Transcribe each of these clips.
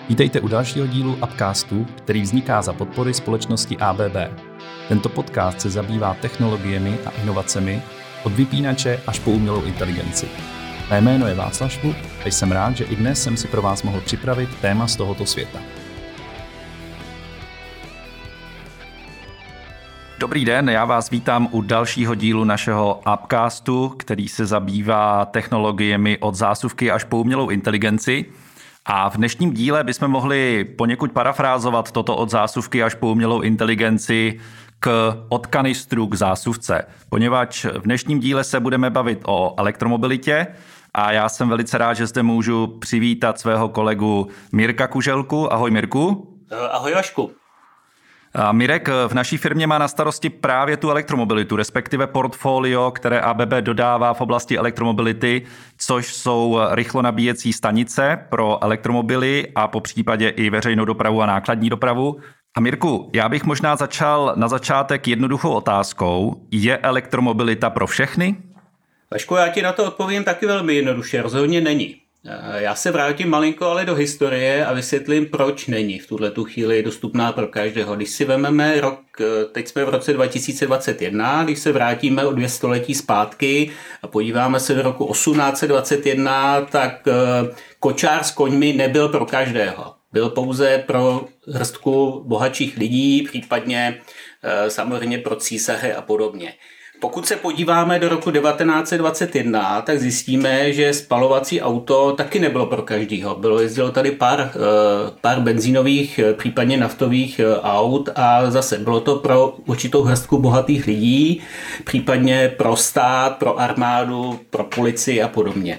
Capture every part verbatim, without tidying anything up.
Vítejte u dalšího dílu Upcastu, který vzniká za podpory společnosti A B B. Tento podcast se zabývá technologiemi a inovacemi od vypínače až po umělou inteligenci. Mé jméno je Václav Špup a jsem rád, že i dnes jsem si pro vás mohl připravit téma z tohoto světa. Dobrý den, já vás vítám u dalšího dílu našeho Upcastu, který se zabývá technologiemi od zásuvky až po umělou inteligenci. A v dnešním díle bychom mohli poněkud parafrázovat toto od zásuvky až po umělou inteligenci k od kanistru k zásuvce, poněvadž v dnešním díle se budeme bavit o elektromobilitě a já jsem velice rád, že zde můžu přivítat svého kolegu Mirka Kuželku. Ahoj Mirku. Ahoj Vašku. Mirek v naší firmě má na starosti právě tu elektromobilitu, respektive portfolio, které A B B dodává v oblasti elektromobility, což jsou rychlonabíjecí stanice pro elektromobily a po případě i veřejnou dopravu a nákladní dopravu. A Mirku, já bych možná začal na začátek jednoduchou otázkou. Je elektromobilita pro všechny? Vašku, já ti na to odpovím taky velmi jednoduše. Rozhodně není. Já se vrátím malinko ale do historie a vysvětlím, proč není v tuhletu chvíli dostupná pro každého. Když si vezmeme rok, teď jsme v roce dva tisíce dvacet jedna, když se vrátíme o dvě století zpátky a podíváme se do roku osmnáct set dvacet jedna, tak kočár s koňmi nebyl pro každého. Byl pouze pro hrstku bohatších lidí, případně samozřejmě pro císaře a podobně. Pokud se podíváme do roku devatenáct set dvacet jedna, tak zjistíme, že spalovací auto taky nebylo pro každýho. Bylo jezdilo tady pár, pár benzínových, případně naftových aut a zase bylo to pro určitou hrstku bohatých lidí, případně pro stát, pro armádu, pro policii a podobně.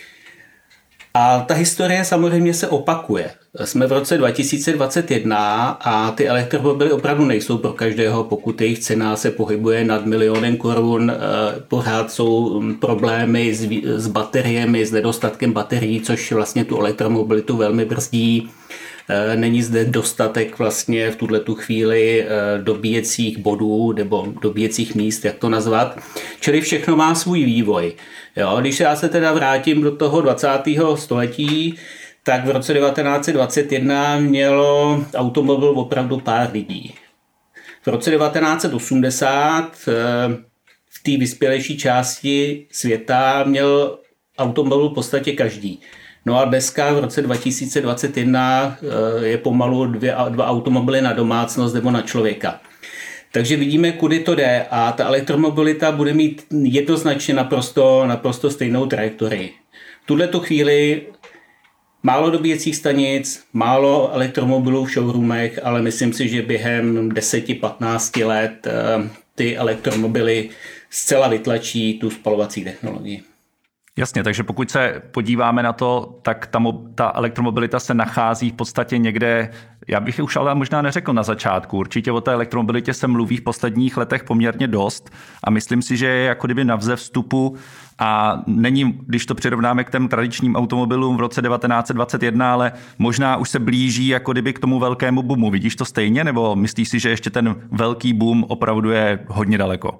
A ta historie samozřejmě se opakuje. Jsme v roce dva tisíce dvacet jedna a ty elektromobily opravdu nejsou pro každého, pokud jejich cena se pohybuje nad milionem korun. Pořád jsou problémy s, s bateriemi, s nedostatkem baterií, což vlastně tu elektromobilitu velmi brzdí. Není zde dostatek vlastně v tuhletu chvíli dobíjecích bodů nebo dobíjecích míst, jak to nazvat. Čili všechno má svůj vývoj. Jo, když já se teda vrátím do toho dvacátého století, tak v roce devatenáct set dvacet jedna mělo automobil opravdu pár lidí. V roce devatenáct set osmdesát v té vyspělejší části světa měl automobil v podstatě každý. No a dneska v roce dva tisíce dvacet jedna je pomalu dvě, dva automobily na domácnost nebo na člověka. Takže vidíme, kudy to jde a ta elektromobilita bude mít jednoznačně naprosto, naprosto stejnou trajektorii. V tuhletu chvíli málo dobíjecích stanic, málo elektromobilů v showroomech, ale myslím si, že během deset patnáct let ty elektromobily zcela vytlačí tu spalovací technologii. Jasně, takže pokud se podíváme na to, tak ta, ta elektromobilita se nachází v podstatě někde, já bych už ale možná neřekl na začátku, určitě o té elektromobilitě se mluví v posledních letech poměrně dost a myslím si, že je jako kdyby na vzestupu a není, když to přirovnáme k těm tradičním automobilům v roce devatenáct set dvacet jedna, ale možná už se blíží jako kdyby k tomu velkému boomu. Vidíš to stejně, nebo myslíš si, že ještě ten velký boom opravdu je hodně daleko?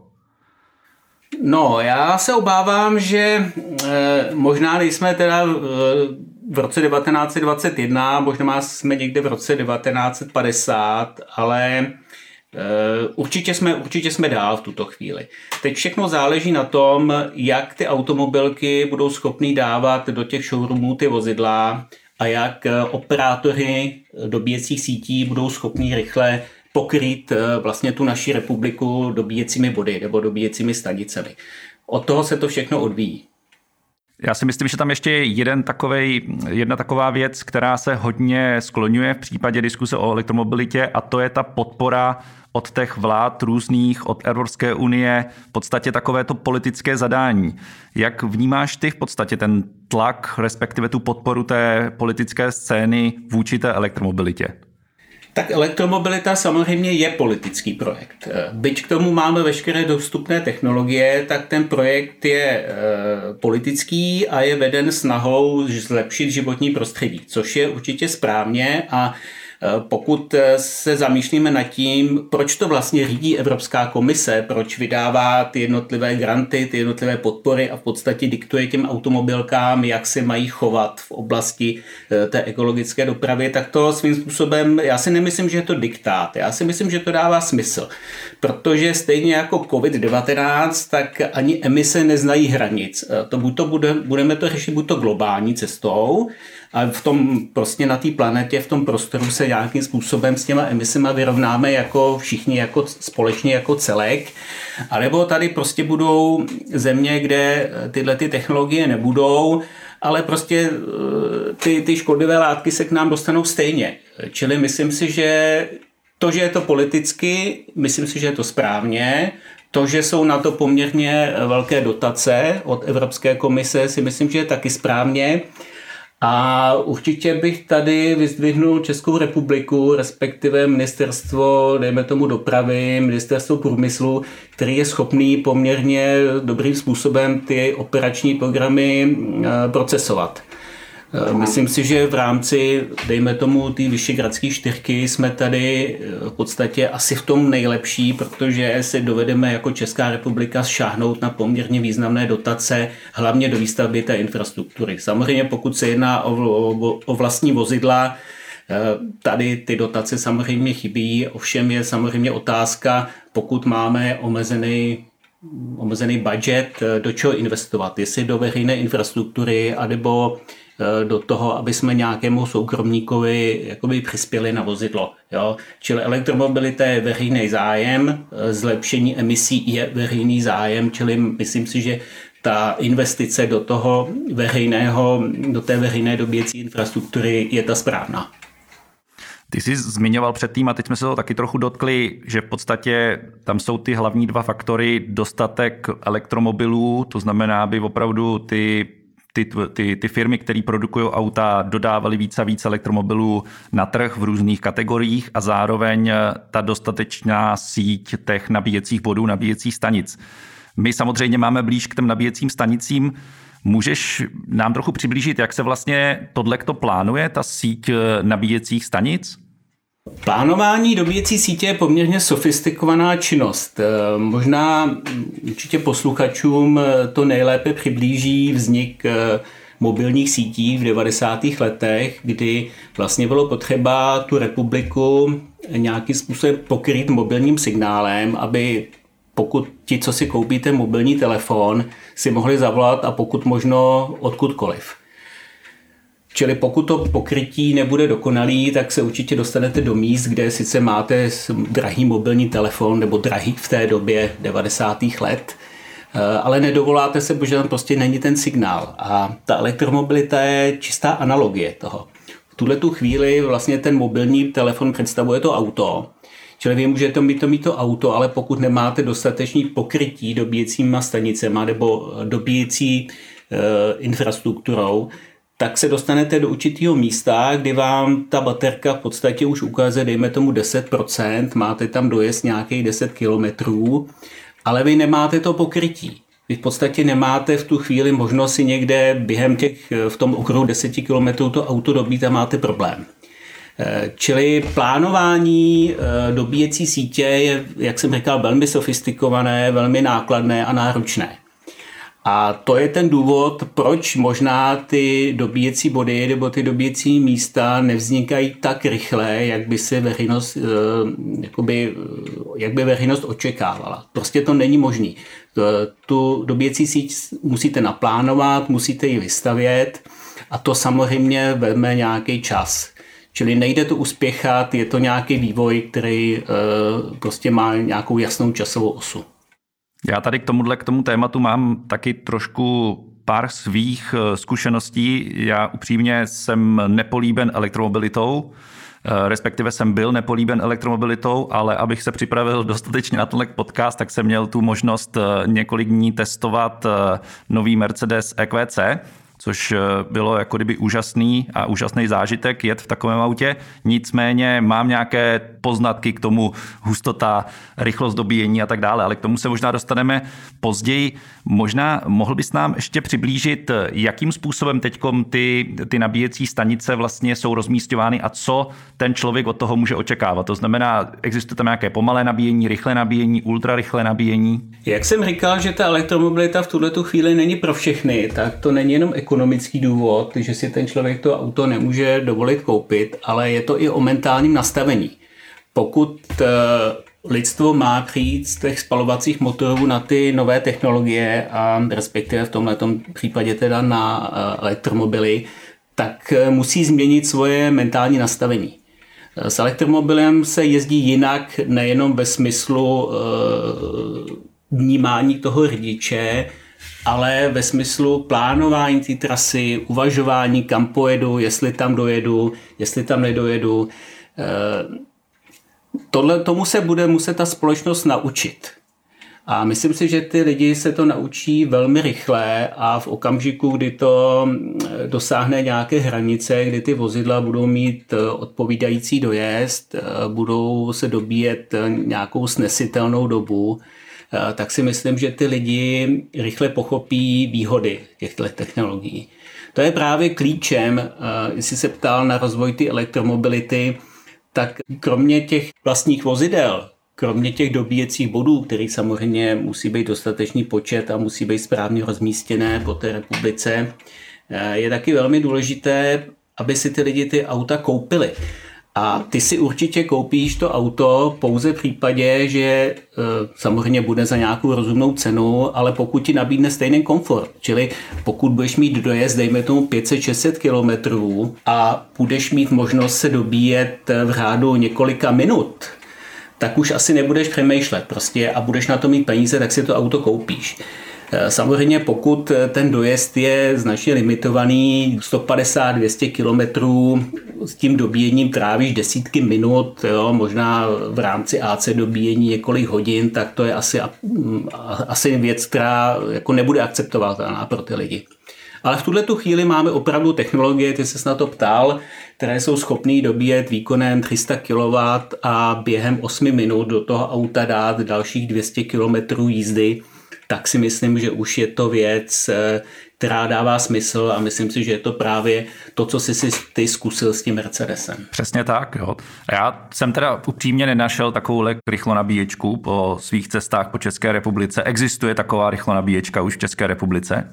No, já se obávám, že eh, možná nejsme teda eh, v roce devatenáct set dvacet jedna, možná jsme někde v roce devatenáct set padesát, ale eh, určitě, jsme, určitě jsme dál v tuto chvíli. Teď všechno záleží na tom, jak ty automobilky budou schopný dávat do těch showroomů ty vozidla a jak operátoři dobíjecích sítí budou schopní rychle pokrýt vlastně tu naši republiku dobíjecími body nebo dobíjecími stanicemi. Od toho se to všechno odvíjí. Já si myslím, že tam ještě je jeden takovej, jedna taková věc, která se hodně skloňuje v případě diskuse o elektromobilitě a to je ta podpora od těch vlád různých, od Evropské unie, v podstatě takové to politické zadání. Jak vnímáš ty v podstatě ten tlak, respektive tu podporu té politické scény vůči té elektromobilitě? Tak elektromobilita samozřejmě je politický projekt. Byť k tomu máme veškeré dostupné technologie, tak ten projekt je e, politický a je veden snahou zlepšit životní prostředí, což je určitě správně a Pokud se zamýšlíme nad tím, proč to vlastně řídí Evropská komise, proč vydává ty jednotlivé granty, ty jednotlivé podpory a v podstatě diktuje těm automobilkám, jak se mají chovat v oblasti té ekologické dopravy, tak to svým způsobem, já si nemyslím, že je to diktát. Já si myslím, že to dává smysl, protože stejně jako covid devatenáct, tak ani emise neznají hranic. To buď to bude, budeme to řešit buď to globální cestou, a v tom prostě na té planetě, v tom prostoru se nějakým způsobem s těma emisema vyrovnáme jako všichni jako společně jako celek. A nebo tady prostě budou země, kde tyhle ty technologie nebudou, ale prostě ty, ty škodlivé látky se k nám dostanou stejně. Čili myslím si, že to, že je to politicky, myslím si, že je to správně. To, že jsou na to poměrně velké dotace od Evropské komise, si myslím, že je taky správně. A určitě bych tady vyzdvihnul Českou republiku, respektive ministerstvo, dejme tomu dopravy, ministerstvo průmyslu, který je schopný poměrně dobrým způsobem ty operační programy procesovat. Myslím si, že v rámci, dejme tomu, té Vyšehradské čtyřky jsme tady v podstatě asi v tom nejlepší, protože se dovedeme jako Česká republika šáhnout na poměrně významné dotace, hlavně do výstavby té infrastruktury. Samozřejmě pokud se jedná o, o, o vlastní vozidla, tady ty dotace samozřejmě chybí, ovšem je samozřejmě otázka, pokud máme omezený omezený budget, do čeho investovat, jestli do veřejné infrastruktury, anebo do toho, aby jsme nějakému soukromníkovi jakoby přispěli na vozidlo. Jo? Čili elektromobilita je veřejný zájem, zlepšení emisí je veřejný zájem, čili myslím si, že ta investice do toho veřejného, do té veřejné dobíjecí infrastruktury je ta správná. Ty jsi zmiňoval předtím, a teď jsme se to taky trochu dotkli, že v podstatě tam jsou ty hlavní dva faktory, dostatek elektromobilů, to znamená, aby opravdu ty Ty, ty, ty firmy, které produkují auta, dodávaly více a více elektromobilů na trh v různých kategoriích a zároveň ta dostatečná síť těch nabíjecích bodů, nabíjecích stanic. My samozřejmě máme blíž k těm nabíjecím stanicím. Můžeš nám trochu přiblížit, jak se vlastně tohleto plánuje, ta síť nabíjecích stanic? Plánování dobíjecí sítě je poměrně sofistikovaná činnost. Možná určitě posluchačům to nejlépe přiblíží vznik mobilních sítí v devadesátých letech, kdy vlastně bylo potřeba tu republiku nějakým způsobem pokrýt mobilním signálem, aby pokud ti, co si koupíte mobilní telefon, si mohli zavolat a pokud možno odkudkoliv. Čili pokud to pokrytí nebude dokonalý, tak se určitě dostanete do míst, kde sice máte drahý mobilní telefon nebo drahý v té době devadesátých let, ale nedovoláte se, protože tam prostě není ten signál. A ta elektromobilita je čistá analogie toho. V tuhle tu chvíli vlastně ten mobilní telefon představuje to auto, čili vy můžete mít to, mít to auto, ale pokud nemáte dostatečný pokrytí dobíjecíma stanicema nebo dobíjecí e, infrastrukturou, tak se dostanete do určitého místa, kdy vám ta baterka v podstatě už ukazuje, dejme tomu deset procent, máte tam dojezd nějakých deset kilometrů, ale vy nemáte to pokrytí. Vy v podstatě nemáte v tu chvíli možnost si někde během těch, v tom okruhu deset kilometrů to auto dobít a máte problém. Čili plánování dobíjecí sítě je, jak jsem říkal, velmi sofistikované, velmi nákladné a náročné. A to je ten důvod, proč možná ty dobíjecí body nebo ty dobíjecí místa nevznikají tak rychle, jak by si veřejnost, jakoby, jak by veřejnost očekávala. Prostě to není možné. Tu dobíjecí síť musíte naplánovat, musíte ji vystavět a to samozřejmě vezme nějaký čas. Čili nejde to uspěchat, je to nějaký vývoj, který prostě má nějakou jasnou časovou osu. Já tady k tomuhle, k tomu tématu mám taky trošku pár svých zkušeností. Já upřímně jsem nepolíben elektromobilitou, respektive jsem byl nepolíben elektromobilitou, ale abych se připravil dostatečně na tenhle podcast, tak jsem měl tu možnost několik dní testovat nový Mercedes E Q C, což bylo jako kdyby úžasný a úžasný zážitek jet v takovém autě. Nicméně mám nějaké poznatky k tomu, hustota, rychlost dobíjení a tak dále, ale k tomu se možná dostaneme později. Možná mohl bys nám ještě přiblížit, jakým způsobem teďkom ty, ty nabíjecí stanice vlastně jsou rozmísťovány a co ten člověk od toho může očekávat. To znamená, existuje tam nějaké pomalé nabíjení, rychlé nabíjení, ultrarychlé nabíjení? Jak jsem říkal, že ta elektromobilita v tuhletu chvíli není pro všechny, tak to není jenom ekonomický důvod, že si ten člověk to auto nemůže dovolit koupit, ale je to i o mentálním nastavení. Pokud lidstvo má přijít z těch spalovacích motorů na ty nové technologie a respektive v tomhletom případě teda na elektromobily, tak musí změnit svoje mentální nastavení. S elektromobilem se jezdí jinak nejenom ve smyslu vnímání toho řidiče, ale ve smyslu plánování té trasy, uvažování, kam pojedu, jestli tam dojedu, jestli tam nedojedu. Tohle, tomu se bude muset ta společnost naučit. A myslím si, že ty lidi se to naučí velmi rychle a v okamžiku, kdy to dosáhne nějaké hranice, kdy ty vozidla budou mít odpovídající dojezd, budou se dobíjet nějakou snesitelnou dobu, tak si myslím, že ty lidi rychle pochopí výhody těchto technologií. To je právě klíčem, jestli se ptal na rozvoj ty elektromobility, tak kromě těch vlastních vozidel, kromě těch dobíjecích bodů, kterých samozřejmě musí být dostatečný počet a musí být správně rozmístěné po té republice, je taky velmi důležité, aby si ty lidi ty auta koupili. A ty si určitě koupíš to auto pouze v případě, že samozřejmě bude za nějakou rozumnou cenu, ale pokud ti nabídne stejný komfort, čili pokud budeš mít dojezd, dejme tomu pět set šest set kilometrů a budeš mít možnost se dobíjet v řádu několika minut, tak už asi nebudeš přemýšlet prostě a budeš na to mít peníze, tak si to auto koupíš. Samozřejmě pokud ten dojezd je značně limitovaný, sto padesát až dvě stě kilometrů, s tím dobíjením trávíš desítky minut, jo, možná v rámci á cé dobíjení několik hodin, tak to je asi, asi věc, která jako nebude akceptovatelná pro ty lidi. Ale v tuto chvíli máme opravdu technologie, ty ses na to ptal, které jsou schopné dobíjet výkonem tři sta kilowattů a během osmi minut do toho auta dát dalších dvě stě kilometrů jízdy, tak si myslím, že už je to věc, která dává smysl a myslím si, že je to právě to, co jsi si ty zkusil s tím Mercedesem. Přesně tak, jo. Já jsem teda upřímně nenašel takovou rychlonabíječku po svých cestách po České republice. Existuje taková rychlonabíječka už v České republice?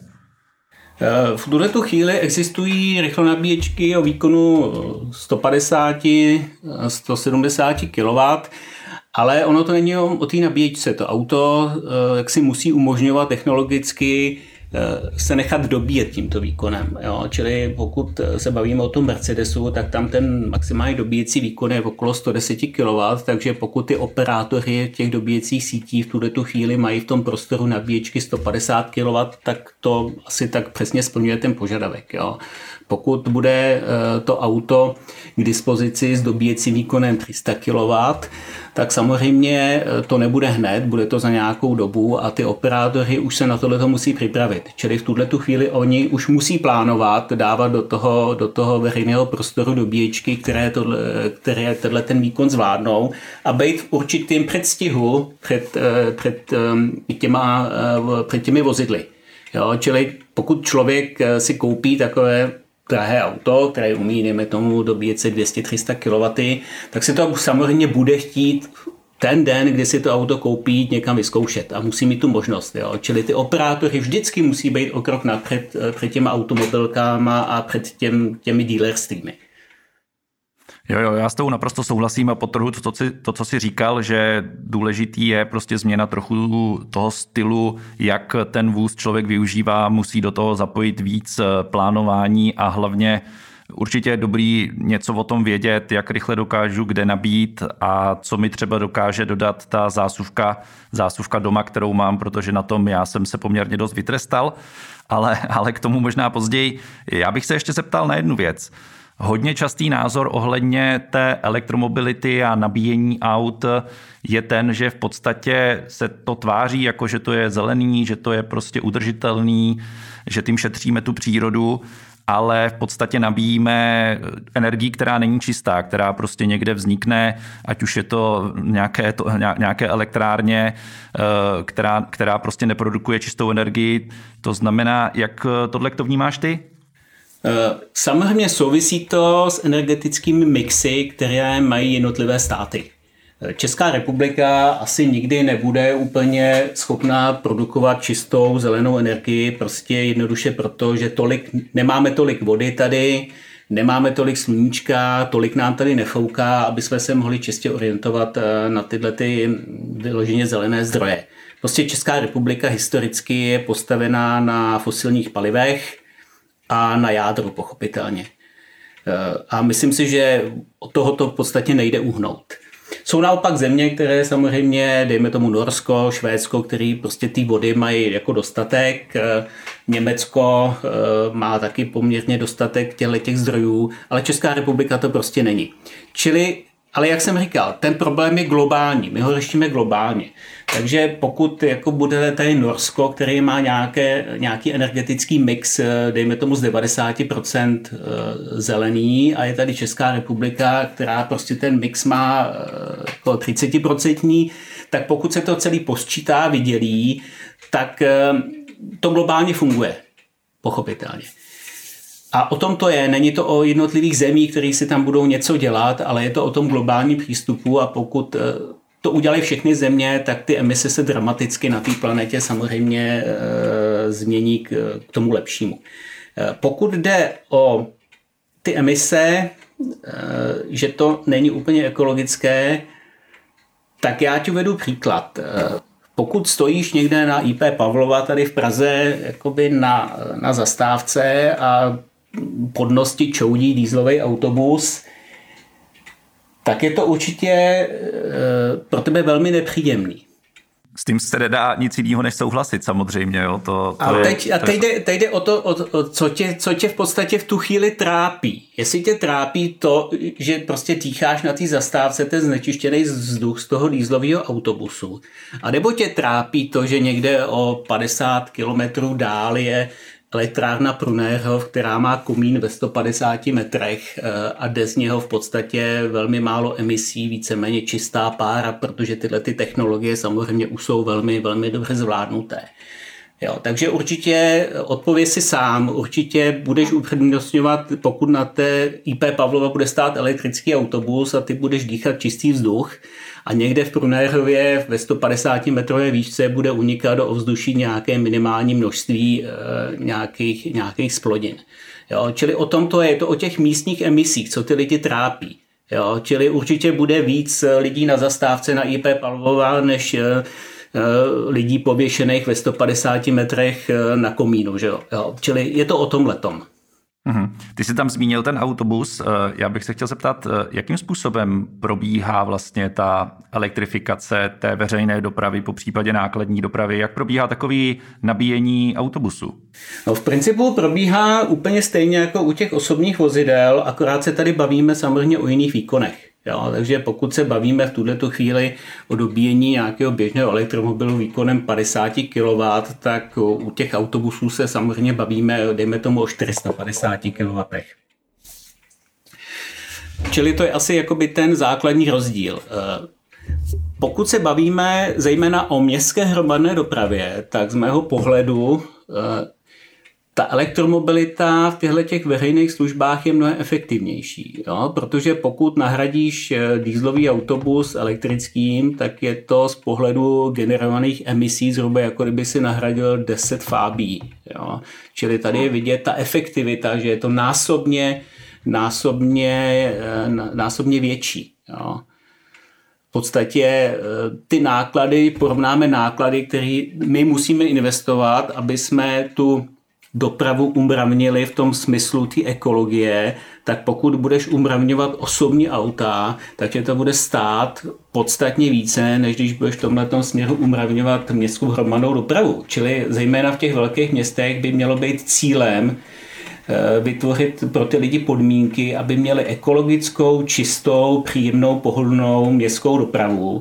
V tuto chvíli existují rychlonabíječky o výkonu sto padesát až sto sedmdesát kilowattů, ale ono to není o té nabíječce. To auto jak si musí umožňovat technologicky se nechat dobíjet tímto výkonem. Jo? Čili pokud se bavíme o tom Mercedesu, tak tam ten maximální dobíjecí výkon je okolo sto deset kilowattů, takže pokud ty operátoři těch dobíjecích sítí v tuto chvíli mají v tom prostoru nabíječky sto padesát kilowattů, tak to asi tak přesně splňuje ten požadavek. Jo? Pokud bude to auto k dispozici s dobíjecím výkonem tři sta kilowattů, tak samozřejmě to nebude hned, bude to za nějakou dobu a ty operátoři už se na tohle musí připravit. Čili v tuto chvíli oni už musí plánovat, dávat do toho, do toho veřejného prostoru dobíječky, které, tohle, které tenhle ten výkon zvládnou a být v určitém předstihu před, před, těma, před těmi vozidly. Jo, čili pokud člověk si koupí takové drahé auto, které umí, dejme tomu, dobíjet se dvě stě až tři sta kilowattů, tak si to samozřejmě bude chtít ten den, kdy si to auto koupí, někam vyzkoušet a musí mít tu možnost. Jo. Čili ty operátoři vždycky musí být o krok napřed před těma automobilkama a před těm, těmi dealerstvími. Jo, jo, já s tou naprosto souhlasím a podtrhuji to, to, to, co jsi říkal, že důležitý je prostě změna trochu toho stylu, jak ten vůz člověk využívá, musí do toho zapojit víc plánování a hlavně určitě je dobrý něco o tom vědět, jak rychle dokážu kde nabít a co mi třeba dokáže dodat ta zásuvka, zásuvka doma, kterou mám, protože na tom já jsem se poměrně dost vytrestal, ale, ale k tomu možná později. Já bych se ještě zeptal na jednu věc. Hodně častý názor ohledně té elektromobility a nabíjení aut je ten, že v podstatě se to tváří jako, že to je zelený, že to je prostě udržitelný, že tím šetříme tu přírodu, ale v podstatě nabíjíme energii, která není čistá, která prostě někde vznikne, ať už je to nějaké, to, nějaké elektrárně, která, která prostě neprodukuje čistou energii. To znamená, jak tohle to vnímáš ty? Samozřejmě souvisí to s energetickými mixy, které mají jednotlivé státy. Česká republika asi nikdy nebude úplně schopná produkovat čistou zelenou energii, prostě jednoduše proto, že tolik, nemáme tolik vody tady, nemáme tolik sluníčka, tolik nám tady nefouká, aby jsme se mohli čistě orientovat na tyhle ty vyloženě zelené zdroje. Prostě Česká republika historicky je postavená na fosilních palivech a na jádru pochopitelně. A myslím si, že od tohoto v podstatě nejde uhnout. Jsou naopak země, které samozřejmě, dejme tomu Norsko, Švédsko, který prostě ty vody mají jako dostatek. Německo má taky poměrně dostatek těchto zdrojů, ale Česká republika to prostě není. Čili, ale jak jsem říkal, ten problém je globální, my ho řešíme globálně. Takže pokud jako bude tady Norsko, který má nějaké, nějaký energetický mix, dejme tomu z devadesát procent zelený, a je tady Česká republika, která prostě ten mix má jako třicet procent, tak pokud se to celý posčítá, vydělí, tak to globálně funguje, pochopitelně. A o tom to je, není to o jednotlivých zemích, které si tam budou něco dělat, ale je to o tom globálním přístupu, a pokud to udělají všechny země, tak ty emise se dramaticky na té planetě samozřejmě e, změní k, k tomu lepšímu. E, pokud jde o ty emise, e, že to není úplně ekologické, tak já ti uvedu příklad. E, pokud stojíš někde na í pé Pavlova tady v Praze jakoby na, na zastávce a pod nosti čoudí dieselový autobus, tak je to určitě e, pro tebe velmi nepříjemný. S tím se nedá nic jiného než souhlasit samozřejmě. Jo? To, to a je, teď, a to teď, je... jde, teď jde o to, o, o, co, tě, co tě v podstatě v tu chvíli trápí. Jestli tě trápí to, že prostě dýcháš na té zastávce ten znečištěný vzduch z toho dieselového autobusu, a nebo tě trápí to, že někde o padesát kilometrů dál je elektrárna Prunéřov, která má komín ve sto padesáti metrech a jde z něho v podstatě velmi málo emisí, víceméně čistá pára, protože tyhle ty technologie samozřejmě už jsou velmi, velmi dobře zvládnuté. Jo, takže určitě odpověď si sám, určitě budeš upřednostňovat, pokud na té í pé Pavlova bude stát elektrický autobus a ty budeš dýchat čistý vzduch, a někde v Prunéřově ve sto padesáti metrové výšce bude unikat do ovzduší nějaké minimální množství e, nějakých, nějakých splodin. Jo, čili o tom to je, je to o těch místních emisích, co ty lidi trápí. Jo, čili určitě bude víc lidí na zastávce na í pé Pavlova, než e, lidí pověšených ve sto padesáti metrech na komínu. Že jo? Jo, čili je to o tomhletom. Uhum. Ty jsi tam zmínil ten autobus. Já bych se chtěl zeptat, jakým způsobem probíhá vlastně ta elektrifikace té veřejné dopravy, po případě nákladní dopravy? Jak probíhá takový nabíjení autobusu? No, v principu probíhá úplně stejně jako u těch osobních vozidel, akorát se tady bavíme samozřejmě o jiných výkonech. Jo, takže pokud se bavíme v tuto chvíli o dobíjení nějakého běžného elektromobilu výkonem padesát kilowattů, tak u těch autobusů se samozřejmě bavíme, dejme tomu, o čtyři sta padesáti kilowattů. Čili to je asi jakoby ten základní rozdíl. Pokud se bavíme zejména o městské hromadné dopravě, tak z mého pohledu ta elektromobilita v těchto těch veřejných službách je mnohem efektivnější, jo? Protože pokud nahradíš dieselový autobus elektrickým, tak je to z pohledu generovaných emisí zhruba jako kdyby si nahradil deset fábí. Jo? Čili tady je vidět ta efektivita, že je to násobně, násobně, násobně větší. Jo? V podstatě ty náklady, porovnáme náklady, které my musíme investovat, aby jsme tu dopravu umravnili v tom smyslu té ekologie, tak pokud budeš umravňovat osobní auta, tak tě to bude stát podstatně více, než když budeš v tomhletom směru umravňovat městskou hromadnou dopravu. Čili zejména v těch velkých městech by mělo být cílem vytvořit pro ty lidi podmínky, aby měli ekologickou, čistou, příjemnou, pohodlnou městskou dopravu.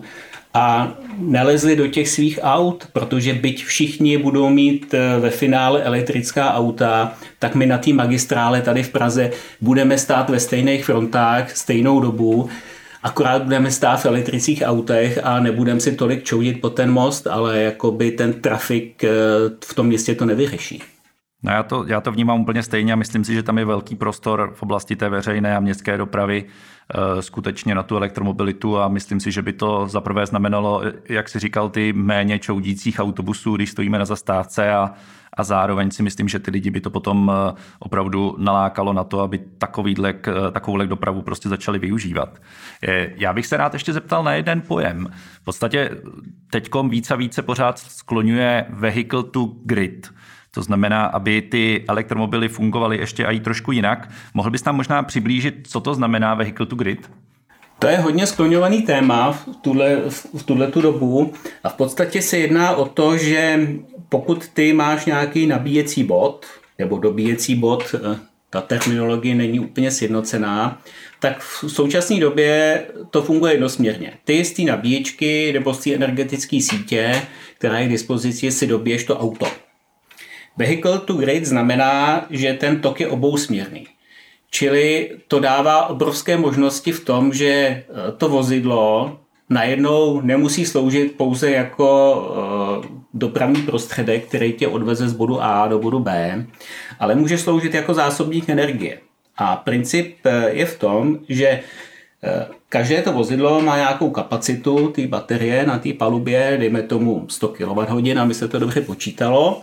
a nelezli do těch svých aut, protože byť všichni budou mít ve finále elektrická auta, tak my na té magistrále tady v Praze budeme stát ve stejných frontách stejnou dobu, akorát budeme stát v elektrických autech a nebudeme si tolik čoudit po ten most, ale jakoby ten trafik v tom městě to nevyřeší. No já to, já to vnímám úplně stejně a myslím si, že tam je velký prostor v oblasti té veřejné a městské dopravy e, skutečně na tu elektromobilitu a myslím si, že by to zaprvé znamenalo, jak si říkal, ty méně čoudících autobusů, když stojíme na zastávce a, a zároveň si myslím, že ty lidi by to potom opravdu nalákalo na to, aby takovýhle, takovouhle dopravu prostě začali využívat. E, já bych se rád ještě zeptal na jeden pojem. V podstatě teďkom více a více pořád skloňuje vehicle to grid. To znamená, aby ty elektromobily fungovaly ještě i trošku jinak. Mohl bys nám možná přiblížit, co to znamená vehicle to grid? To je hodně skloňovaný téma v tuhle, v tuhletu dobu a v podstatě se jedná o to, že pokud ty máš nějaký nabíjecí bod nebo dobíjecí bod, ta terminologie není úplně sjednocená, tak v současné době to funguje jednosměrně. Ty z té nabíječky nebo z té energetické sítě, která je k dispozici, si dobiješ to auto. Vehicle to grid znamená, že ten tok je obousměrný. Čili to dává obrovské možnosti v tom, že to vozidlo najednou nemusí sloužit pouze jako dopravní prostředek, který tě odveze z bodu A do bodu B, ale může sloužit jako zásobník energie. A princip je v tom, že každé to vozidlo má nějakou kapacitu té baterie na té palubě, dejme tomu sto kilowatthodin, aby se to dobře počítalo.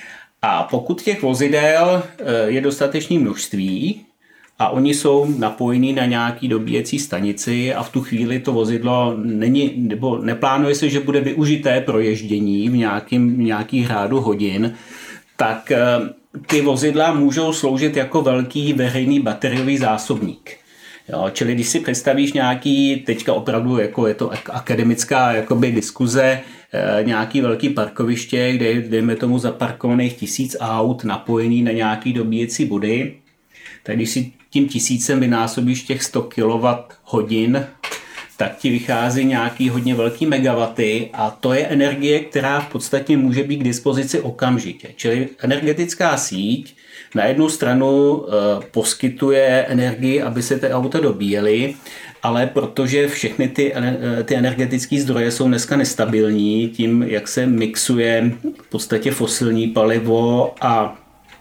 A pokud těch vozidel je dostatečné množství a oni jsou napojení na nějaký dobíjecí stanici a v tu chvíli to vozidlo není, nebo neplánuje se, že bude využité pro ježdění v nějakým, nějaký řádu hodin, tak ty vozidla můžou sloužit jako velký veřejný bateriový zásobník. Jo, čili když si představíš nějaký, teďka opravdu jako je to akademická jakoby diskuze, nějaký velký parkoviště, kde dejme tomu zaparkovaných tisíc aut napojený na nějaký dobíjecí body, tak když si tím tisícem vynásobíš těch sto kilowatthodin, tak ti vychází nějaký hodně velký megawaty a to je energie, která v podstatě může být k dispozici okamžitě. Čili energetická síť na jednu stranu e, poskytuje energii, aby se ty auta dobíjely, ale protože všechny ty, ty energetické zdroje jsou dneska nestabilní, tím, jak se mixuje v podstatě fosilní palivo a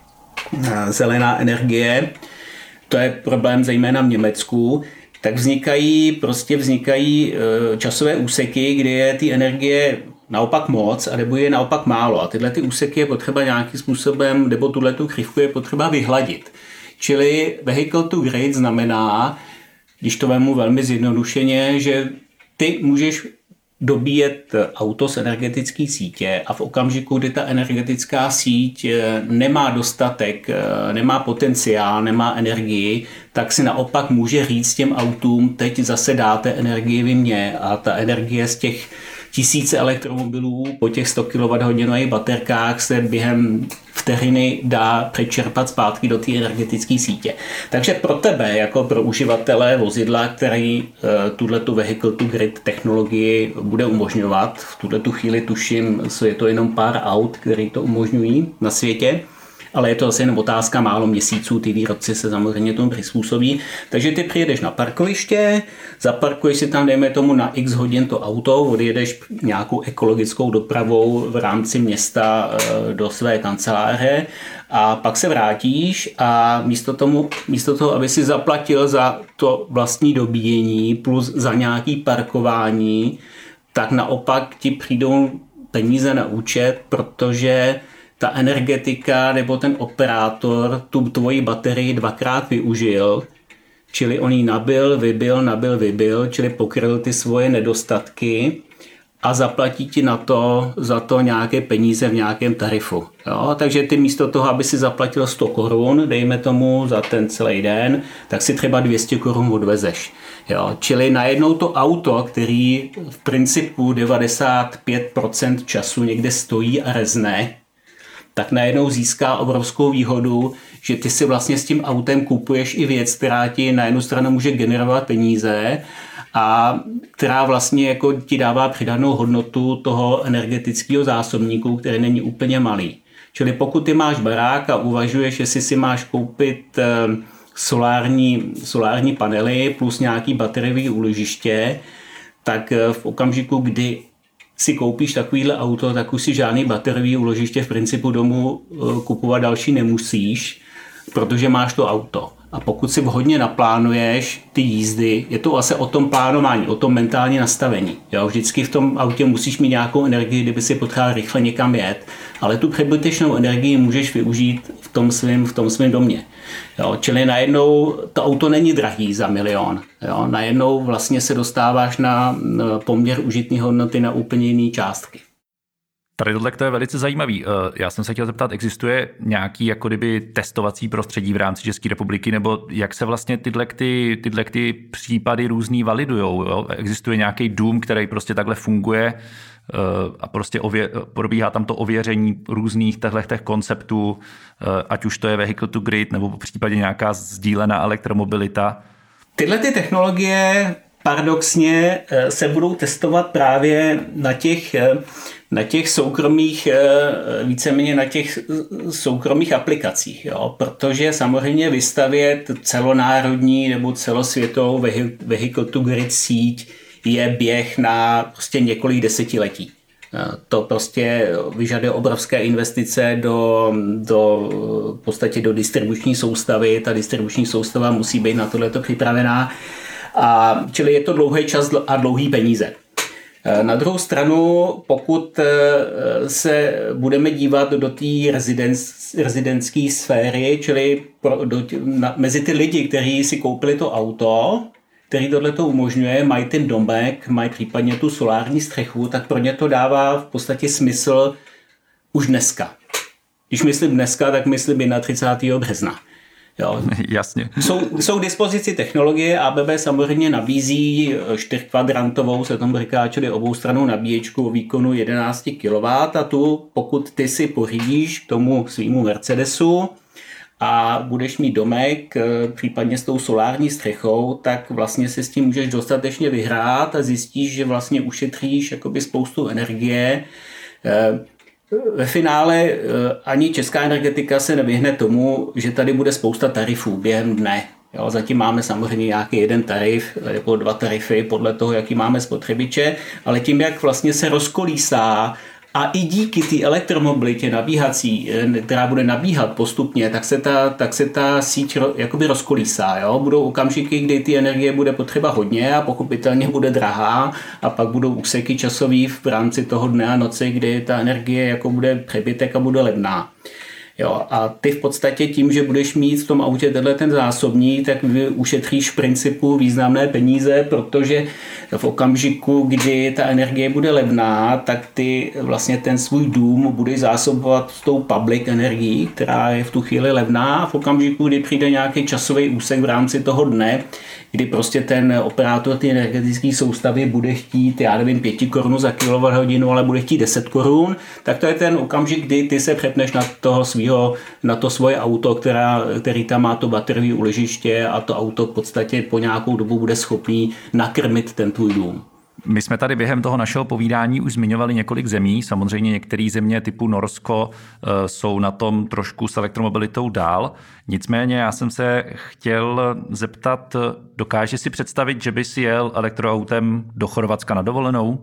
zelená energie, to je problém zejména v Německu, tak vznikají, prostě vznikají časové úseky, kdy je ty energie naopak moc a nebo je naopak málo. A tyhle ty úseky je potřeba nějakým způsobem, nebo tuhletu křivku je potřeba vyhladit. Čili vehicle to grid znamená, když to vemu velmi zjednodušeně, že ty můžeš dobíjet auto z energetické sítě a v okamžiku, kdy ta energetická síť nemá dostatek, nemá potenciál, nemá energii, tak si naopak může říct těm autům, teď zase dáte energii vy mně a ta energie z těch tisíce elektromobilů po těch sto kilowatthodin baterkách se během vteřiny dá přečerpat zpátky do té energetické sítě. Takže pro tebe, jako pro uživatele vozidla, který tuhletu vehicle to grid technologii bude umožňovat, v tuhletu chvíli tuším, je to jenom pár aut, který to umožňují na světě, ale je to asi jenom otázka málo měsíců, ty výrobci se samozřejmě tomu přizpůsobí. Takže ty přijedeš na parkoviště, zaparkuješ si tam, dejme tomu na x hodin to auto, odjedeš nějakou ekologickou dopravou v rámci města do své kanceláře a pak se vrátíš a místo, tomu, místo toho, aby si zaplatil za to vlastní dobíjení plus za nějaký parkování, tak naopak ti přijdou peníze na účet, protože ta energetika nebo ten operátor tu tvoji baterii dvakrát využil, čili on ji nabil, vybil, nabil, vybil, čili pokryl ty svoje nedostatky a zaplatí ti na to, za to nějaké peníze v nějakém tarifu. Jo? Takže ty místo toho, aby si zaplatil sto korun, dejme tomu za ten celý den, tak si třeba dvě stě korun odvezeš. Jo? Čili najednou to auto, který v principu devadesát pět procent času někde stojí a rezne, tak najednou získá obrovskou výhodu, že ty si vlastně s tím autem kupuješ i věc, která ti na jednu stranu může generovat peníze a která vlastně jako ti dává přidanou hodnotu toho energetického zásobníku, který není úplně malý. Čili pokud ty máš barák a uvažuješ, jestli si máš koupit solární, solární panely plus nějaký bateriový úložiště, tak v okamžiku, kdy si koupíš takovýhle auto, tak už si žádný bateriový úložiště v principu domů kupovat další nemusíš, protože máš to auto. A pokud si vhodně naplánuješ ty jízdy, je to asi o tom plánování, o tom mentální nastavení. Jo? Vždycky v tom autě musíš mít nějakou energii, kdyby si potřeboval rychle někam jet, ale tu přebytečnou energii můžeš využít v tom svém v tom svém domě. Jo? Čili najednou to auto není drahý za milion. Jo? Najednou vlastně se dostáváš na poměr užitné hodnoty na úplně jiné částky. Tady tohle to je velice zajímavý. Já jsem se chtěl zeptat, existuje nějaký jako kdyby testovací prostředí v rámci České republiky, nebo jak se vlastně tyhle, ty, tyhle ty případy různý validujou? Jo? Existuje nějaký dům, který prostě takhle funguje a prostě ově, probíhá tam to ověření různých těchto konceptů, ať už to je vehicle to grid, nebo v případě nějaká sdílená elektromobilita? Tyhle ty technologie paradoxně se budou testovat právě na těch na těch soukromých, víceméně na těch soukromých aplikacích, jo? Protože samozřejmě vystavět celonárodní nebo celosvětovou vehicle to grid síť je běh na prostě několik desetiletí. To prostě vyžaduje obrovské investice do, do, v podstatě do distribuční soustavy. Ta distribuční soustava musí být na tohleto připravená. A čili je to dlouhý čas a dlouhý peníze. Na druhou stranu, pokud se budeme dívat do té rezidentské sféry, čili pro, do, na, mezi ty lidi, kteří si koupili to auto, který tohle to umožňuje, mají ten domek, mají případně tu solární střechu, tak pro ně to dává v podstatě smysl už dneska. Když myslím dneska, tak myslím třicátého prvního března. Jo. Jasně. Jsou, jsou k dispozici technologie, A B B samozřejmě nabízí čtyřkvadrantovou, se tomu říká, čili oboustrannou nabíječku o výkonu jedenáct kilowattů a tu, pokud ty si pořídíš k tomu svýmu Mercedesu a budeš mít domek, případně s tou solární střechou, tak vlastně si s tím můžeš dostatečně vyhrát a zjistíš, že vlastně ušetříš jakoby spoustu energie. Ve finále ani česká energetika se nevyhne tomu, že tady bude spousta tarifů během dne. Jo, zatím máme samozřejmě nějaký jeden tarif nebo dva tarify podle toho, jaký máme spotřebiče, ale tím, jak vlastně se rozkolísá a i díky té elektromobilitě nabíhací, která bude nabíhat postupně, tak se ta, tak se ta síť jakoby rozkolísá. Jo? Budou okamžiky, kdy ty energie bude potřeba hodně a pochopitelně bude drahá a pak budou úseky časový v rámci toho dne a noci, kdy ta energie jako bude přebytek a bude levná. Jo, a ty v podstatě tím, že budeš mít v tom autě tenhle ten zásobník, tak ušetříš v principu významné peníze, protože v okamžiku, kdy ta energie bude levná, tak ty vlastně ten svůj dům budeš zásobovat s tou public energií, která je v tu chvíli levná, a v okamžiku, kdy přijde nějaký časový úsek v rámci toho dne, kdy prostě ten operátor ty energetické soustavy bude chtít, já nevím, pět korun za kilowatthodinu, ale bude chtít deset korun, tak to je ten okamžik, kdy ty se přepneš na toho svýho, na to svoje auto, která, který tam má to bateriové úložiště a to auto v podstatě po nějakou dobu bude schopný nakrmit ten tvůj dům. My jsme tady během toho našeho povídání už zmiňovali několik zemí. Samozřejmě některé země typu Norsko jsou na tom trošku s elektromobilitou dál. Nicméně já jsem se chtěl zeptat, dokáže si představit, že by si jel elektroautem do Chorvatska na dovolenou?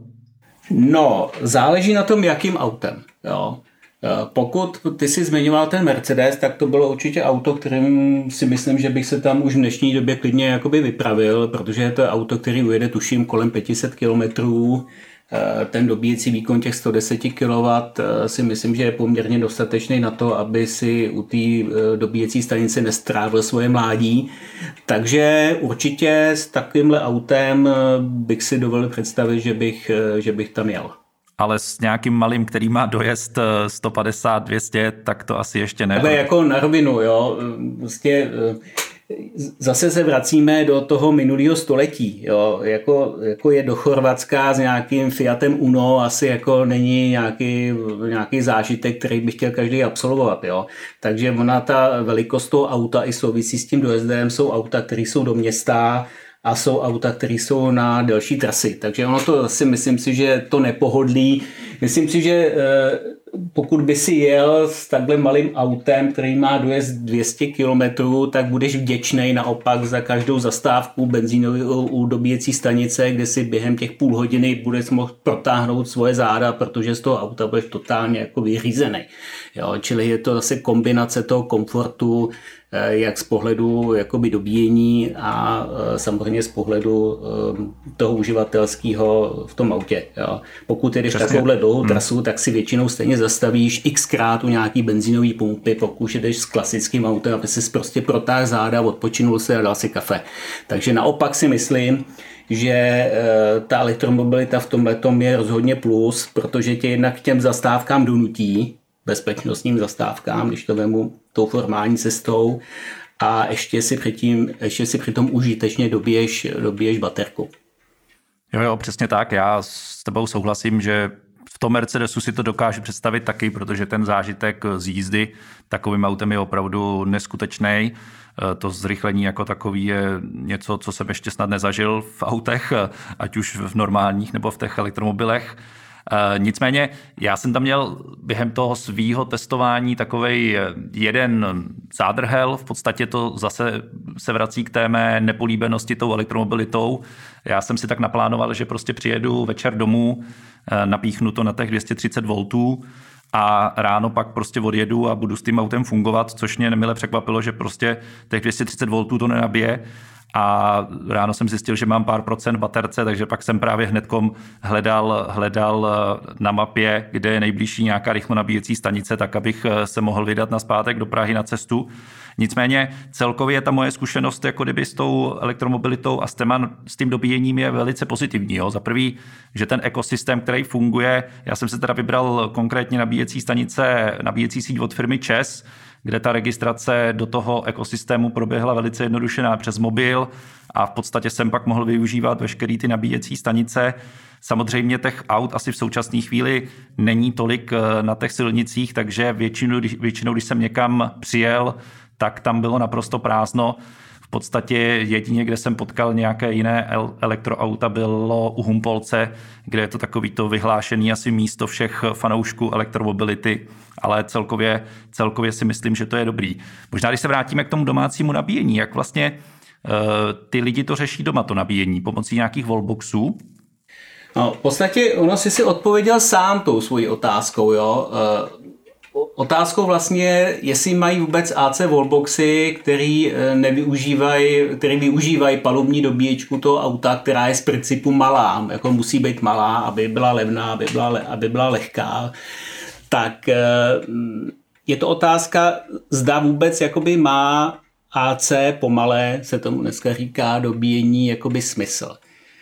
No, záleží na tom, jakým autem. Jo. Pokud ty jsi zmiňoval ten Mercedes, tak to bylo určitě auto, kterým si myslím, že bych se tam už v dnešní době klidně jakoby vypravil, protože je to auto, který ujede tuším kolem pět set kilometrů. Ten dobíjecí výkon těch sto deset kilowattů si myslím, že je poměrně dostatečný na to, aby si u té dobíjecí stanice nestrávil svoje mládí. Takže určitě s takovýmhle autem bych si dovolil představit, že bych, že bych tam jel. Ale s nějakým malým, který má dojezd sto padesát dvě stě, tak to asi ještě ne. Ale jako na rovinu, jo. Vlastně zase se vracíme do toho minulého století, jo. Jako, jako je do Chorvatska s nějakým Fiatem Uno asi jako není nějaký, nějaký zážitek, který by chtěl každý absolvovat, jo. Takže ona ta velikost toho auta i souvisí s tím dojezdem, jsou auta, které jsou do města a jsou auta, které jsou na delší trasy. Takže ono to si myslím si, že to nepohodlí. Myslím si, že pokud by si jel s takhle malým autem, který má dojezd dvě stě kilometrů, tak budeš vděčnej naopak za každou zastávku benzínovou u dobíjecí stanice, kde si během těch půl hodiny budeš moct protáhnout svoje záda, protože z toho auta budeš totálně jako vyřízený. Jo, čili je to zase kombinace toho komfortu, jak z pohledu jakoby dobíjení a samozřejmě z pohledu toho uživatelského v tom autě. Jo. Pokud jedeš takovouhle dlouhou trasu, hmm. tak si většinou stejně zastavíš xkrát u nějaký benzínový pumpy, pokud jdeš s klasickým autem, aby si prostě protáhl záda, odpočinul se a dal si kafe. Takže naopak si myslím, že ta elektromobilita v tomhletom je rozhodně plus, protože tě jednak k těm zastávkám donutí, bezpečnostním zastávkám, když to vemu tou formální cestou, a ještě si předtím, ještě si přitom užitečně dobiješ, dobiješ baterku. Jo, jo, přesně tak. Já s tebou souhlasím, že v tom Mercedesu si to dokážu představit taky, protože ten zážitek z jízdy takovým autem je opravdu neskutečný. To zrychlení jako takový je něco, co jsem ještě snad nezažil v autech, ať už v normálních nebo v těch elektromobilech. Nicméně já jsem tam měl během toho svýho testování takovej jeden zádrhel, v podstatě to zase se vrací k té mé nepolíbenosti tou elektromobilitou. Já jsem si tak naplánoval, že prostě přijedu večer domů, napíchnu to na těch dvě stě třicet voltů a ráno pak prostě odjedu a budu s tím autem fungovat, což mě nemile překvapilo, že prostě těch dvě stě třicet voltů to nenabije. A ráno jsem zjistil, že mám pár procent baterce, takže pak jsem právě hnedkom hledal, hledal na mapě, kde je nejbližší nějaká rychlonabíjecí stanice, tak abych se mohl vydat nazpátek do Prahy na cestu. Nicméně celkově ta moje zkušenost jako kdyby s tou elektromobilitou a s, téma, s tím dobíjením je velice pozitivní. Jo. Za prvý, že ten ekosystém, který funguje, já jsem se teda vybral konkrétně nabíjecí stanice, nabíjecí síť od firmy ČES, kde ta registrace do toho ekosystému proběhla velice jednoduše přes mobil a v podstatě jsem pak mohl využívat veškeré ty nabíjecí stanice. Samozřejmě těch aut asi v současné chvíli není tolik na těch silnicích, takže většinou, většinou, když jsem někam přijel, tak tam bylo naprosto prázdno. V podstatě jedině, kde jsem potkal nějaké jiné elektroauta, bylo u Humpolce, kde je to takový to vyhlášený asi místo všech fanoušků elektromobility, ale celkově, celkově si myslím, že to je dobrý. Možná, když se vrátíme k tomu domácímu nabíjení, jak vlastně uh, ty lidi to řeší doma, to nabíjení, pomocí nějakých wallboxů? No, v podstatě ono si si odpověděl sám tou svojí otázkou, jo. Uh, Otázkou vlastně, jestli mají vůbec á cé wallboxy, který nevyužívají, který využívají palubní dobíječku toho auta, která je z principu malá, jako musí být malá, aby byla levná, aby byla, aby byla lehká, tak je to otázka, zda vůbec jakoby má á cé pomalé, se tomu dneska říká, dobíjení jakoby smysl.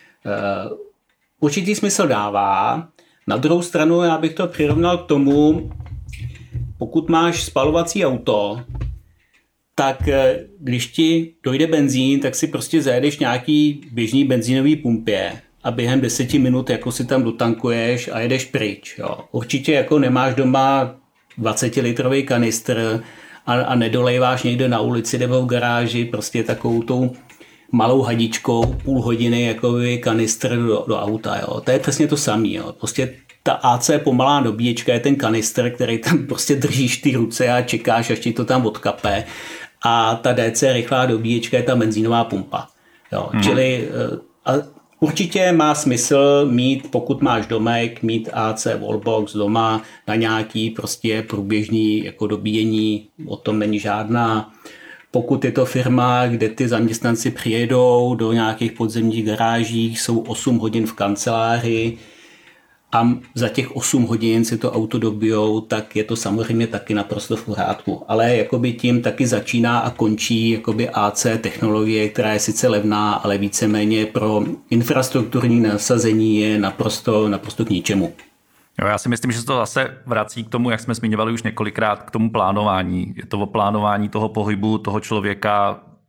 Určitý smysl dává. Na druhou stranu já bych to přirovnal k tomu, pokud máš spalovací auto, tak když ti dojde benzín, tak si prostě zajedeš nějaký běžný benzínový pumpě a během deseti minut jako si tam dotankuješ a jedeš pryč. Jo. Určitě jako nemáš doma dvacetilitrový kanistr a, a nedolejváš někde na ulici nebo v garáži prostě takovou tou malou hadičkou půl hodiny jakoby kanistr do, do auta. Jo. To je přesně to samé. Jo. Prostě ta á cé pomalá dobíječka je ten kanistr, který tam prostě držíš ty ruce a čekáš, až ti to tam odkape. A ta dé cé rychlá dobíječka je ta benzínová pumpa. Jo, hmm. Čili a určitě má smysl mít, pokud máš domek, mít á cé wallbox doma na nějaký prostě průběžný jako dobíjení, o tom není žádná. Pokud je to firma, kde ty zaměstnanci přijedou do nějakých podzemních garáží, jsou osm hodin v kanceláři, a za těch osm hodin si to auto dobijou, tak je to samozřejmě taky naprosto v pořádku. Ale jakoby tím taky začíná a končí jakoby á cé technologie, která je sice levná, ale víceméně pro infrastrukturní nasazení je naprosto, naprosto k ničemu. Jo, já si myslím, že se to zase vrací k tomu, jak jsme zmiňovali už několikrát, k tomu plánování. Je to o plánování toho pohybu, toho člověka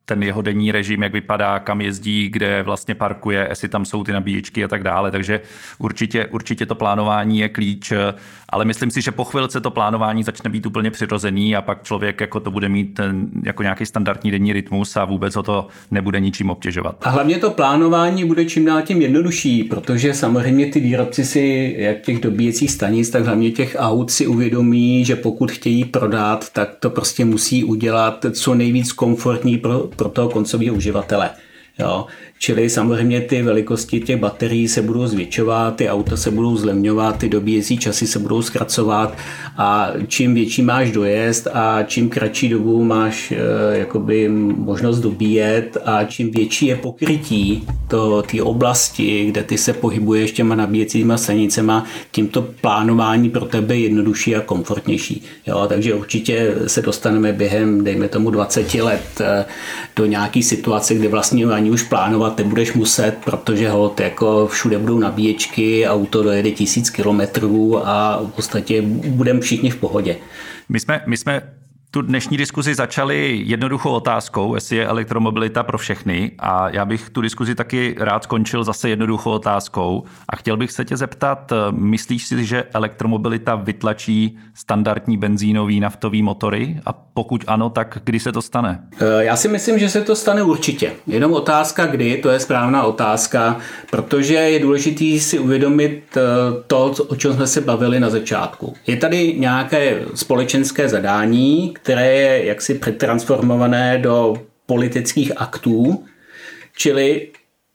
ten jeho denní režim, jak vypadá, kam jezdí, kde vlastně parkuje, jestli tam jsou ty nabíječky a tak dále. Takže určitě, určitě to plánování je klíč, ale myslím si, že po chvilce to plánování začne být úplně přirozený a pak člověk jako to bude mít jako nějaký standardní denní rytmus a vůbec ho to nebude ničím obtěžovat. A hlavně to plánování bude čím dál tím jednodušší, protože samozřejmě ty výrobci si, jak těch dobíjecích stanic, tak hlavně těch aut si uvědomí, že pokud chtějí prodat, tak to prostě musí udělat co nejvíc komfortní pro, pro toho koncového uživatele. Jo. Čili samozřejmě ty velikosti těch baterií se budou zvětšovat, ty auta se budou zlevňovat, ty dobíjecí časy se budou zkracovat a čím větší máš dojezd a čím kratší dobu máš e, jakoby možnost dobíjet a čím větší je pokrytí té oblasti, kde ty se pohybuješ těma nabíjecíma stanicema, tím to plánování pro tebe je jednodušší a komfortnější. Jo. Takže určitě se dostaneme během, dejme tomu dvacet let e, do nějaký situace, kde vlastně ani už plánovat nebudeš muset, protože holt jako všude budou nabíječky, auto dojede tisíc kilometrů a v podstatě budeme všichni v pohodě. My jsme, my jsme tu dnešní diskuzi začali jednoduchou otázkou, jestli je elektromobilita pro všechny a já bych tu diskuzi taky rád skončil zase jednoduchou otázkou a chtěl bych se tě zeptat, myslíš si, že elektromobilita vytlačí standardní benzínový naftový motory a pokud ano, tak kdy se to stane? Já si myslím, že se to stane určitě. Jenom otázka kdy, to je správná otázka, protože je důležité si uvědomit to, o čem jsme se bavili na začátku. Je tady nějaké společenské zadání, které je jaksi přetransformované do politických aktů, čili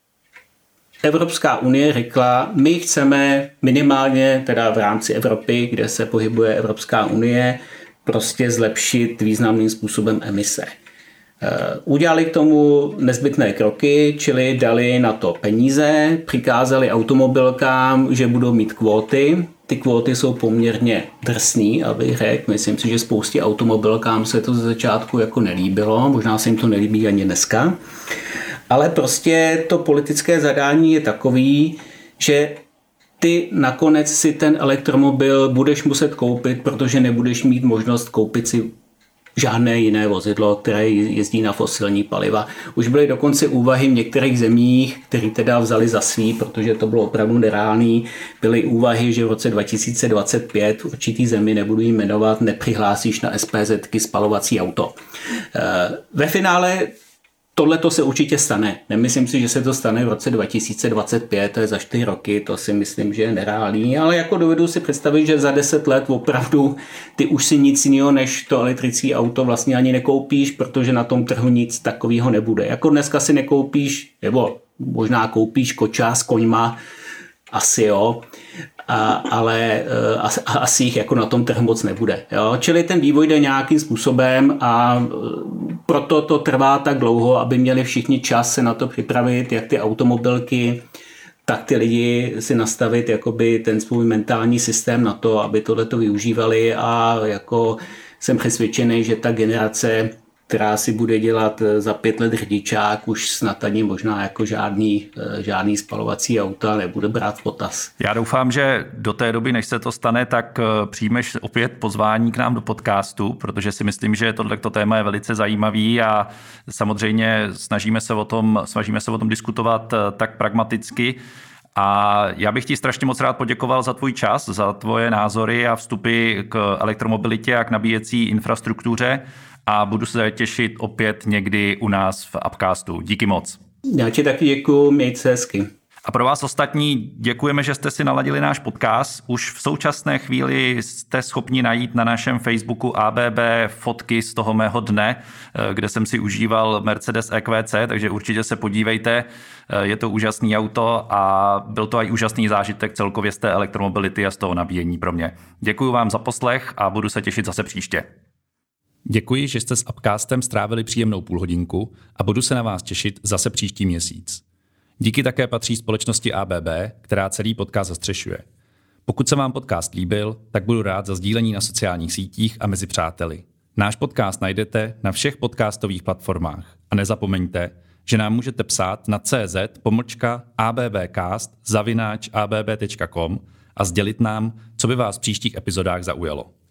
Evropská unie řekla, my chceme minimálně, teda v rámci Evropy, kde se pohybuje Evropská unie, prostě zlepšit významným způsobem emise. Udělali k tomu nezbytné kroky, čili dali na to peníze, přikázali automobilkám, že budou mít kvóty. Ty kvóty jsou poměrně drsný, abych řekl. Myslím si, že spoustě automobilkám se to ze začátku jako nelíbilo, možná se jim to nelíbí ani dneska. Ale prostě to politické zadání je takový, že ty nakonec si ten elektromobil budeš muset koupit, protože nebudeš mít možnost koupit si žádné jiné vozidlo, které jezdí na fosilní paliva. Už byly dokonce úvahy v některých zemích, které teda vzali za svý, protože to bylo opravdu nereálný. Byly úvahy, že v roce dva tisíce dvacet pět v určitý zemi, nebudu jí jmenovat, nepřihlásíš na SPZky spalovací auto. Ve finále tohle se určitě stane. Nemyslím si, že se to stane v roce dva tisíce dvacet pět, to je za čtyři roky, to si myslím, že je nereálný, ale jako dovedu si představit, že za deset let opravdu ty už si nic jiného než to elektrické auto vlastně ani nekoupíš, protože na tom trhu nic takového nebude. Jako dneska si nekoupíš, nebo možná koupíš kočár s koňma, asi jo, a, ale a, a, asi jich jako na tom trhu moc nebude. Jo? Čili ten vývoj jde nějakým způsobem a proto to trvá tak dlouho, aby měli všichni čas se na to připravit, jak ty automobilky, tak ty lidi si nastavit jakoby ten svůj mentální systém na to, aby tohleto využívali a jako jsem přesvědčený, že ta generace, která si bude dělat za pět let řidičák, už snad ani možná jako žádný, žádný spalovací auta nebude brát v potaz. Já doufám, že do té doby, než se to stane, tak přijmeš opět pozvání k nám do podcastu, protože si myslím, že tohleto téma je velice zajímavý a samozřejmě snažíme se o tom, snažíme se o tom diskutovat tak pragmaticky. A já bych ti strašně moc rád poděkoval za tvůj čas, za tvoje názory a vstupy k elektromobilitě a k nabíjecí infrastruktuře. A budu se těšit opět někdy u nás v Upcastu. Díky moc. Já ti taky děkuju, mějte se hezky. A pro vás ostatní děkujeme, že jste si naladili náš podcast. Už v současné chvíli jste schopni najít na našem Facebooku A B B fotky z toho mého dne, kde jsem si užíval Mercedes E Q C, takže určitě se podívejte. Je to úžasný auto a byl to i úžasný zážitek celkově z té elektromobility a z toho nabíjení pro mě. Děkuji vám za poslech a budu se těšit zase příště. Děkuji, že jste s Upcastem strávili příjemnou půlhodinku a budu se na vás těšit zase příští měsíc. Díky také patří společnosti A B B, která celý podcast zastřešuje. Pokud se vám podcast líbil, tak budu rád za sdílení na sociálních sítích a mezi přáteli. Náš podcast najdete na všech podcastových platformách a nezapomeňte, že nám můžete psát na cz pomlčka abbcast zavináč abb tečka com a sdělit nám, co by vás v příštích epizodách zaujalo.